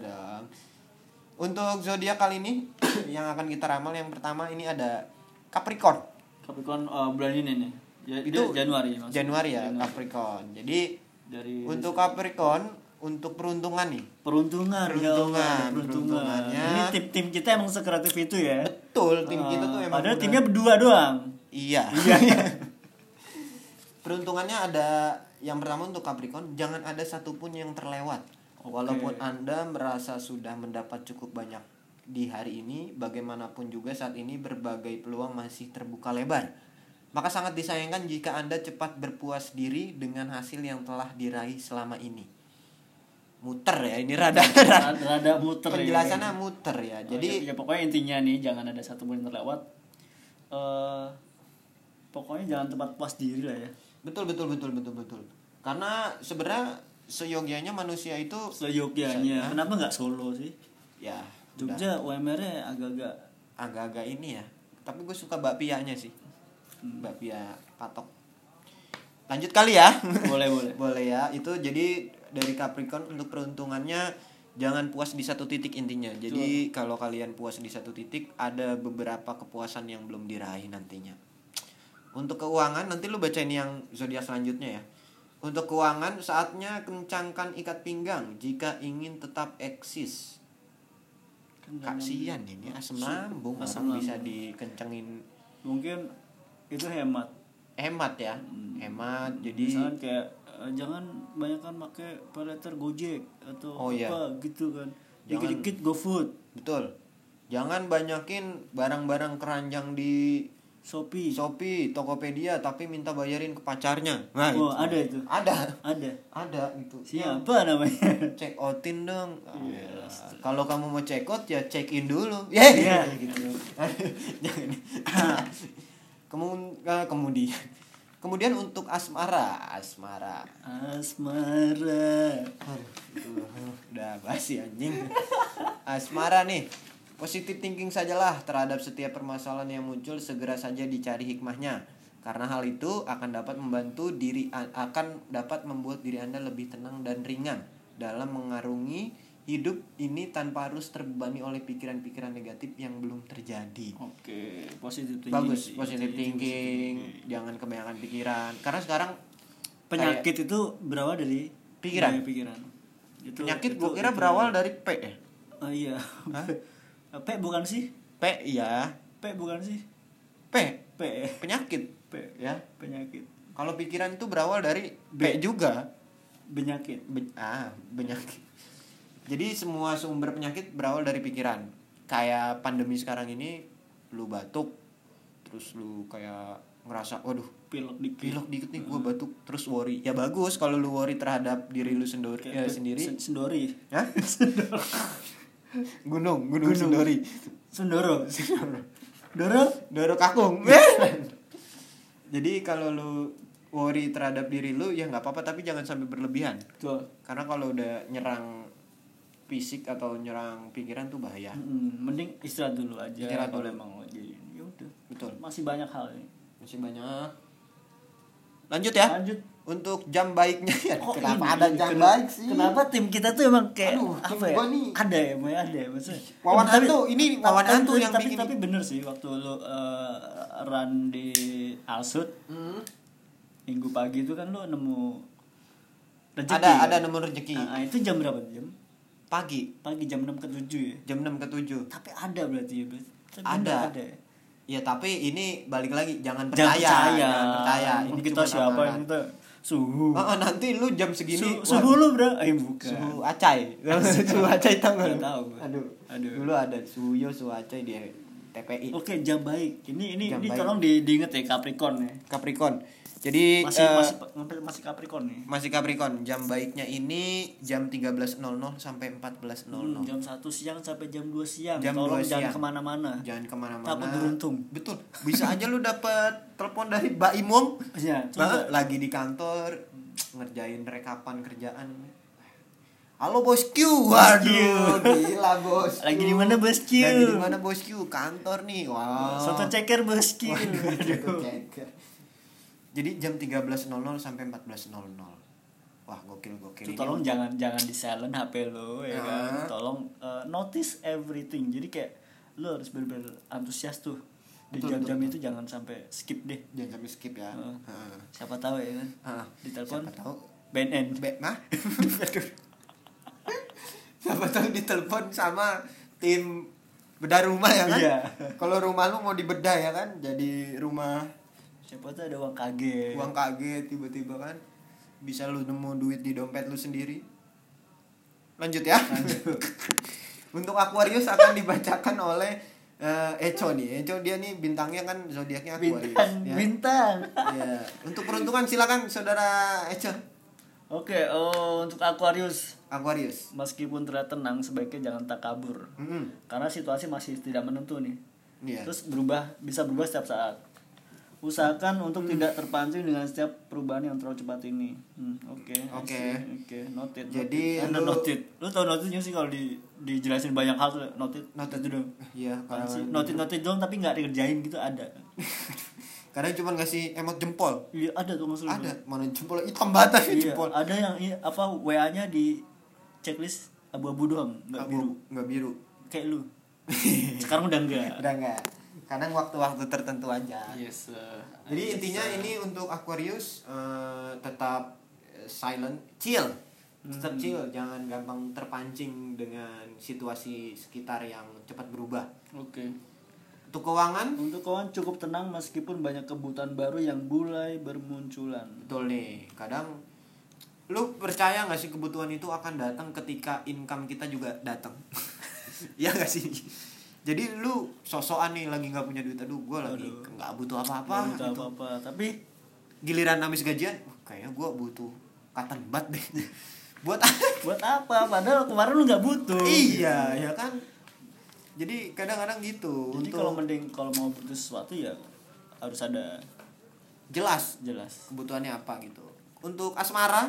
Untuk zodiak kali ini yang akan kita ramal, yang pertama ini ada Capricorn. Capricorn bulan ini nih. Itu Januari ya, Capricorn. Jadi dari untuk Capricorn, untuk peruntungan nih. Peruntungannya. Ini tim kita emang sekreatif itu ya. Betul, tim kita tuh emang. Padahal timnya berdua doang. Iya. Peruntungannya ada, yang pertama untuk Capricorn, jangan ada satupun yang terlewat. Walaupun Anda merasa sudah mendapat cukup banyak di hari ini, bagaimanapun juga saat ini berbagai peluang masih terbuka lebar. Maka sangat disayangkan jika Anda cepat berpuas diri dengan hasil yang telah diraih selama ini. Muter ya, ini rada muter. Penjelasannya ya. Muter ya. Jadi ya pokoknya intinya nih, jangan ada satupun yang terlewat. Pokoknya jangan tempat puas diri lah ya. Betul. Karena sebenarnya seyogyanya manusia itu kenapa nggak Solo sih? Ya, Jogja UMR-nya agak-agak ini ya. Tapi gue suka bakpianya sih. Bakpia patok. Lanjut kali ya. Boleh. Boleh ya. Itu jadi dari Capricorn untuk peruntungannya, jangan puas di satu titik intinya. Jadi kalau kalian puas di satu titik, ada beberapa kepuasan yang belum diraih nantinya. Untuk keuangan, nanti lu bacain yang zodiak selanjutnya ya. Untuk keuangan, saatnya kencangkan ikat pinggang jika ingin tetap eksis. Kasian ini asam lambung orang bisa dikencengin. Mungkin itu hemat ya. Hemat. Jadi misalkan kayak jangan banyakkan pakai paylater Gojek atau apa gitu kan. Dikit-dikit GoFood. Betul. Jangan banyakin barang-barang keranjang di Shopee, Tokopedia, tapi minta bayarin ke pacarnya. Nah, itu. Ada gitu. Siapa namanya? Check outin dong. Kalau kamu mau check out ya check in dulu. Gitu. Jangan. Kemudian untuk asmara. Udah basi anjing. Asmara nih. Positive thinking sajalah terhadap setiap permasalahan yang muncul, segera saja dicari hikmahnya. Karena hal itu akan dapat membuat diri Anda lebih tenang dan ringan dalam mengarungi hidup ini tanpa harus terbebani oleh pikiran-pikiran negatif yang belum terjadi. Oke, positive thinking. Bagus, positive thinking. Jangan kebanyakan pikiran. Karena sekarang penyakit itu berawal dari pikiran. Penyakit gue kira berawal dari P ya. Oh iya. Hah? P bukan sih? P iya. P bukan sih? P. Penyakit. P ya. Penyakit. Kalau pikiran itu berawal dari P juga. Penyakit. Penyakit. Jadi semua sumber penyakit berawal dari pikiran. Kayak pandemi sekarang ini, lu batuk, terus lu kayak ngerasa, waduh, pilek dikit nih gue batuk, terus worry. Ya bagus kalau lu worry terhadap diri lu sendiri. Sendori. Hah? Gunung Sendori. Sendoro Kakung. Jadi kalau lu worry terhadap diri lu ya nggak apa-apa, tapi jangan sampai berlebihan. Betul. Karena kalau udah nyerang fisik atau nyerang pikiran tuh bahaya. Mending istirahat dulu aja. Kalau emang jadi ya udah. Betul. Masih banyak hal ini. Lanjut ya. Untuk jam baiknya ya. Kenapa ada jam baik sih? Kenapa tim kita tuh emang kayak apa ya? Ada ya maksudnya. Wawan hantu yang bikin. Tapi bener sih waktu lu run di Alsut. Minggu pagi itu kan lu nemu rezeki. Ada nemu rezeki. Itu jam berapa jam? Pagi jam 6 ke 7 ya. Jam 6 ke 7. Tapi ada berarti ya, Ada. Ya tapi ini balik lagi jangan percaya. Ini kita siapa yang kita suhu. Nanti lu jam segini suhu lu bro. Bukan. Suhu acai. Suhu acai tahu enggak? Tahu. Aduh. Dulu ada suhu acai dia. TPI. Oke, jam baik. Ini Jam baik. tolong diinget ya, Capricorn ya. Capricorn. Jadi Masih Capricorn nih. masih Capricorn. Jam baiknya ini jam 13.00 sampai 14.00. Jam 1 siang sampai jam 2 siang. Jam Tolong 2 jangan siang. kemana-mana. Jangan kemana-mana. Takut beruntung. Betul. Bisa aja lu dapet telepon dari Mbak Imong. Iya, Lagi di kantor ngerjain rekapan kerjaan. Halo bosku, waduh, gila bos. Lagi di mana bosku? Lagi di mana bosku? Kantor nih, wow. Soto ceker bosku. Soto ceker. Jadi jam 13.00 sampai 14.00. Wah, gokil. Itu tolong jangan di silent HP lo ya kan. Tolong notice everything. Jadi kayak lo harus benar-benar antusias tuh. Di jam-jam itu jangan sampai skip deh. Jangan sampai skip ya. Siapa tahu ya kan. Ditelepon. Siapa tahu BNN. Mah? Siapa tahu ditelepon sama tim bedah rumah ya kan? Iya. Kalau rumah lu mau dibedah ya kan? Jadi rumah Siapa tahu ada uang kaget. uang kaget tiba-tiba kan bisa lu nemu duit di dompet lu sendiri. Lanjut ya. Untuk Aquarius akan dibacakan oleh Echo nih. Echo dia nih bintangnya kan zodiaknya Aquarius. Bintang. Ya. Untuk peruntungan silakan saudara Echo. Oke, untuk Aquarius, meskipun terlihat tenang, sebaiknya jangan takabur. Karena situasi masih tidak menentu nih. Iya. Terus bisa berubah setiap saat. Usahakan untuk tidak terpancing dengan setiap perubahan yang terlalu cepat ini. Oke. Noted. Jadi lu tau noted sih kalau dijelasin banyak hal tuh noted itu dong. Iya, Noted dong tapi nggak dikerjain gitu ada. Kadang cuma ngasih emot jempol. Iya ada tuh maksudnya. Ada, mana jempol hitam bata Iya, jempol. ada yang WA-nya di checklist abu-abu doang, nggak biru. Nggak biru. Kayak lu. Sekarang udah enggak. Udah enggak. Kadang waktu-waktu tertentu aja. Yes. Jadi intinya ini untuk Aquarius tetap silent, chill. Tetap chill, jangan gampang terpancing dengan situasi sekitar yang cepat berubah. Oke. Untuk keuangan? Untuk keuangan cukup tenang meskipun banyak kebutuhan baru yang mulai bermunculan. Betul nih. Kadang lu percaya nggak sih kebutuhan itu akan datang ketika income kita juga datang? Iya nggak sih? Jadi lu sosokan nih lagi nggak punya duit, gue lagi nggak butuh apa-apa. Tapi giliran habis gajian, kayaknya gue butuh cotton bud deh. buat apa? Padahal kemarin lu nggak butuh. Iya, ya kan. Jadi kadang-kadang gitu. Jadi kalau mau butuh sesuatu ya harus ada jelas kebutuhannya apa gitu. Untuk asmara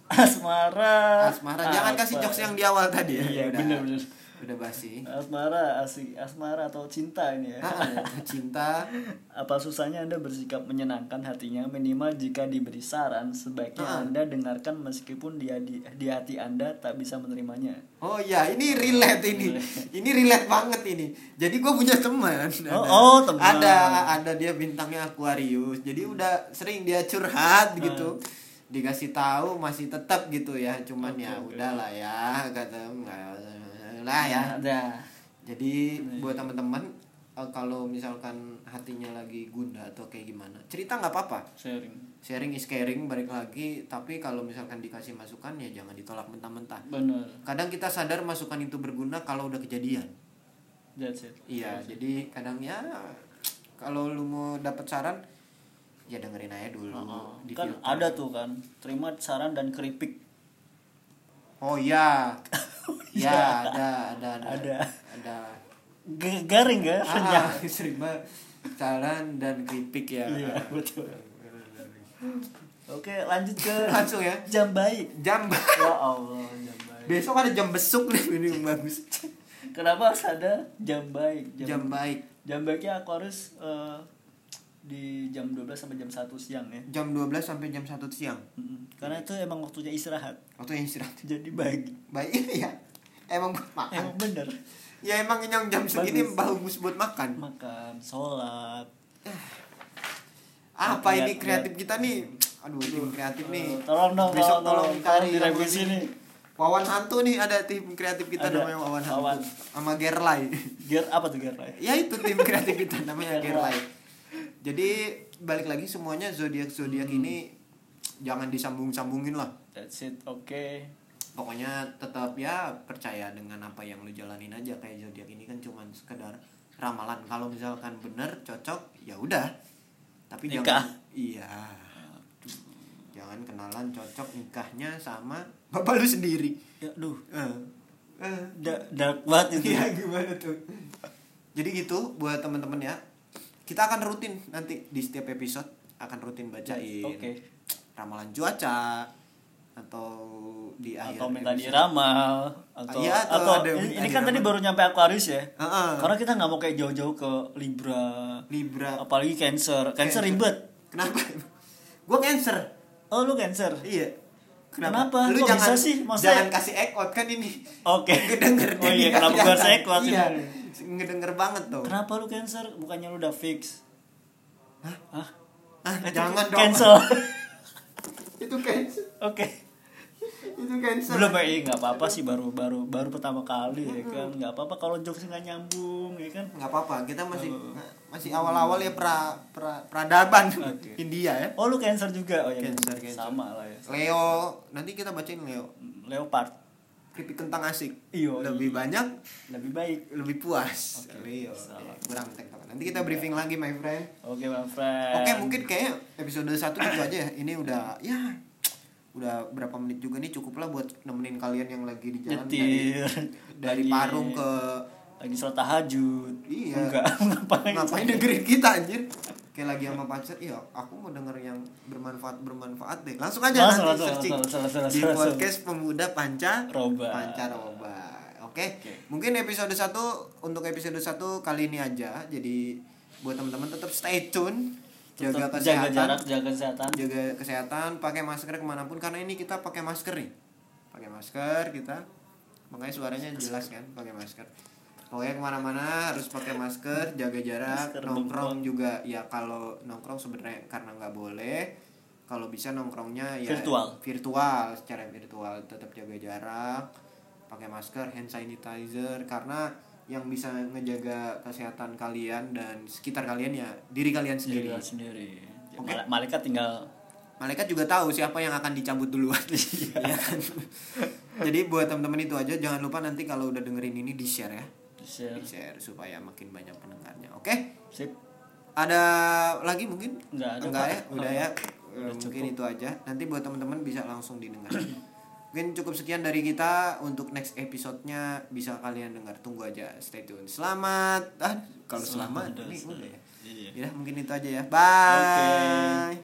jangan kasih jokes yang di awal tadi ya. Iya, benar. Udah basi. Asmara atau cinta ini ya. Cinta. Apa susahnya Anda bersikap menyenangkan hatinya, minimal jika diberi saran sebaiknya Anda dengarkan meskipun di hati Anda tak bisa menerimanya. Oh iya, ini relate ini. Ini relate banget ini. Jadi gue punya teman. Teman. Ada dia bintangnya Aquarius. Jadi udah sering dia curhat gitu. Dikasih tahu masih tetap gitu ya. Cuman udahlah ya, kata lah ya. Jadi buat teman-teman kalau misalkan hatinya lagi gundah atau kayak gimana, cerita nggak apa-apa. Sharing is caring, balik lagi. Tapi kalau misalkan dikasih masukan ya jangan ditolak mentah-mentah. Benar. Kadang kita sadar masukan itu berguna kalau udah kejadian. That's it. Iya, jadi kadang ya kalau lu mau dapet saran ya dengerin aja dulu. Kan ada tuh kan, terima saran dan keripik. Oh iya. Ya, ada. Garing kan? Terima saran dan keripik ya. Iya, betul. Oke, lanjut ke langsung ya. Jam baik. Ya Allah, jam baik. Besok ada jam besuk nih, ini yang bagus. Kenapa harus ada jam baik? Jam baik. Jam baiknya aku harus di jam 12 sampai jam 1 siang ya. Jam 12 sampai jam 1 siang. Karena itu emang waktunya istirahat. Jadi baik. Baik ya. Emang buat makan. Emang bener. Ya emang yang jam segini bagus buat makan. Sholat. Apa ini kreatif kita nih? Aduh, tim kreatif nih. Tolong dong, besok tolong cari direvisi nih. Wawan Hantu nih, ada tim kreatif kita namanya Wawan Hantu. Sama Gerlai. Apa tuh Gerlai? Ya itu tim kreatif kita namanya Gerlai. Jadi balik lagi semuanya zodiak ini jangan disambung-sambungin lah. That's it. Oke. Pokoknya tetap ya percaya dengan apa yang lu jalanin aja. Kayak zodiak ini kan cuman sekedar ramalan. Kalau misalkan bener cocok ya udah. Tapi Nikah. jangan iya. Jangan kenalan cocok nikahnya sama bapak lu sendiri. Ya aduh, Eh. dark banget itu. Iya gimana tuh. Jadi gitu buat teman-teman ya. Kita akan rutin nanti di setiap episode akan rutin bacain Oke. ramalan cuaca atau di akhir Atau minta episode. diramal atau Iya, atau ada ini minta kan tadi diramal. baru nyampe Aquarius ya. Heeh. Karena kita nggak mau kayak jauh-jauh ke Libra. apalagi Cancer ribet. Kenapa? Gue Cancer. Oh lu Cancer. Iya. Kenapa? Lu Kok jangan bisa sih? Maksudnya- jangan kasih ekot kan ini. Oke. Ngedenger. Oh iya, kenapa gue harus ekot Iya. ini? Ngedenger banget tuh. Kenapa lu Cancer? Bukannya lu udah fix? Hah? Jangan dong. Cancel. Itu Cancer. Oke. Itu Cancer. Belum nggak apa-apa sih baru pertama kali ya kan. Nggak apa-apa kalau jokesnya nggak nyambung ya kan. Nggak apa-apa, kita masih awal-awal ya peradaban Oke. India ya. Oh lu Cancer juga. Oh ya. Cancer. Sama lah ya. Leo, nanti kita bacain Leo. Leopard. Keripik kentang asik. Iyo. Lebih banyak, Lebih baik. lebih puas. Oke. Leo. Salah. Kurang tektok. Nanti kita briefing lagi my friend. Oke, my friend. Oke, mungkin kayak episode 1 gitu aja ya. Ini udah berapa menit juga nih, cukup lah buat nemenin kalian yang lagi di jalan Nyetir. dari Lagi- Parung ke lagi sholat tahajud. Iya. Enggak, ngapain dengerin kita anjir. Kayak lagi sama pacar, iya aku mau denger yang bermanfaat deh. Langsung aja Langsung, nanti searching langsung. di podcast Pemuda Roba. Pancaroba. Oke. Mungkin episode 1 untuk episode 1 kali ini aja. Jadi buat teman-teman tetap stay tune. Jaga Tetap kesehatan. jaga kesehatan. Jaga kesehatan, pakai masker kemanapun karena ini kita pakai masker nih. Pakai masker kita. Makanya suaranya jelas kan pakai masker. Pokoknya kemana-mana harus pakai masker, jaga jarak, Masker nongkrong juga ya kalau nongkrong sebenarnya karena nggak boleh, kalau bisa nongkrongnya ya virtual secara virtual, tetap jaga jarak, pakai masker, hand sanitizer karena yang bisa ngejaga kesehatan kalian dan sekitar kalian ya diri kalian sendiri. Oke. Oke. Malaikat tinggal Malaikat juga tahu siapa yang akan dicabut duluan. Iya kan? Jadi buat teman-teman itu aja, jangan lupa nanti kalau udah dengerin ini di-share ya. Di-share supaya makin banyak pendengarnya. Oke? Sip. Ada lagi mungkin? Enggak ada, Enggak Pak. ya? Udah ya. Udah Mungkin cukup. itu aja. Nanti buat teman-teman bisa langsung didengar. Mungkin cukup sekian dari kita. Untuk next episode-nya bisa kalian dengar. Tunggu aja, stay tune. Selamat. Kalau selamat ini udah ya. Iya. Ya mungkin itu aja ya. Bye. Oke.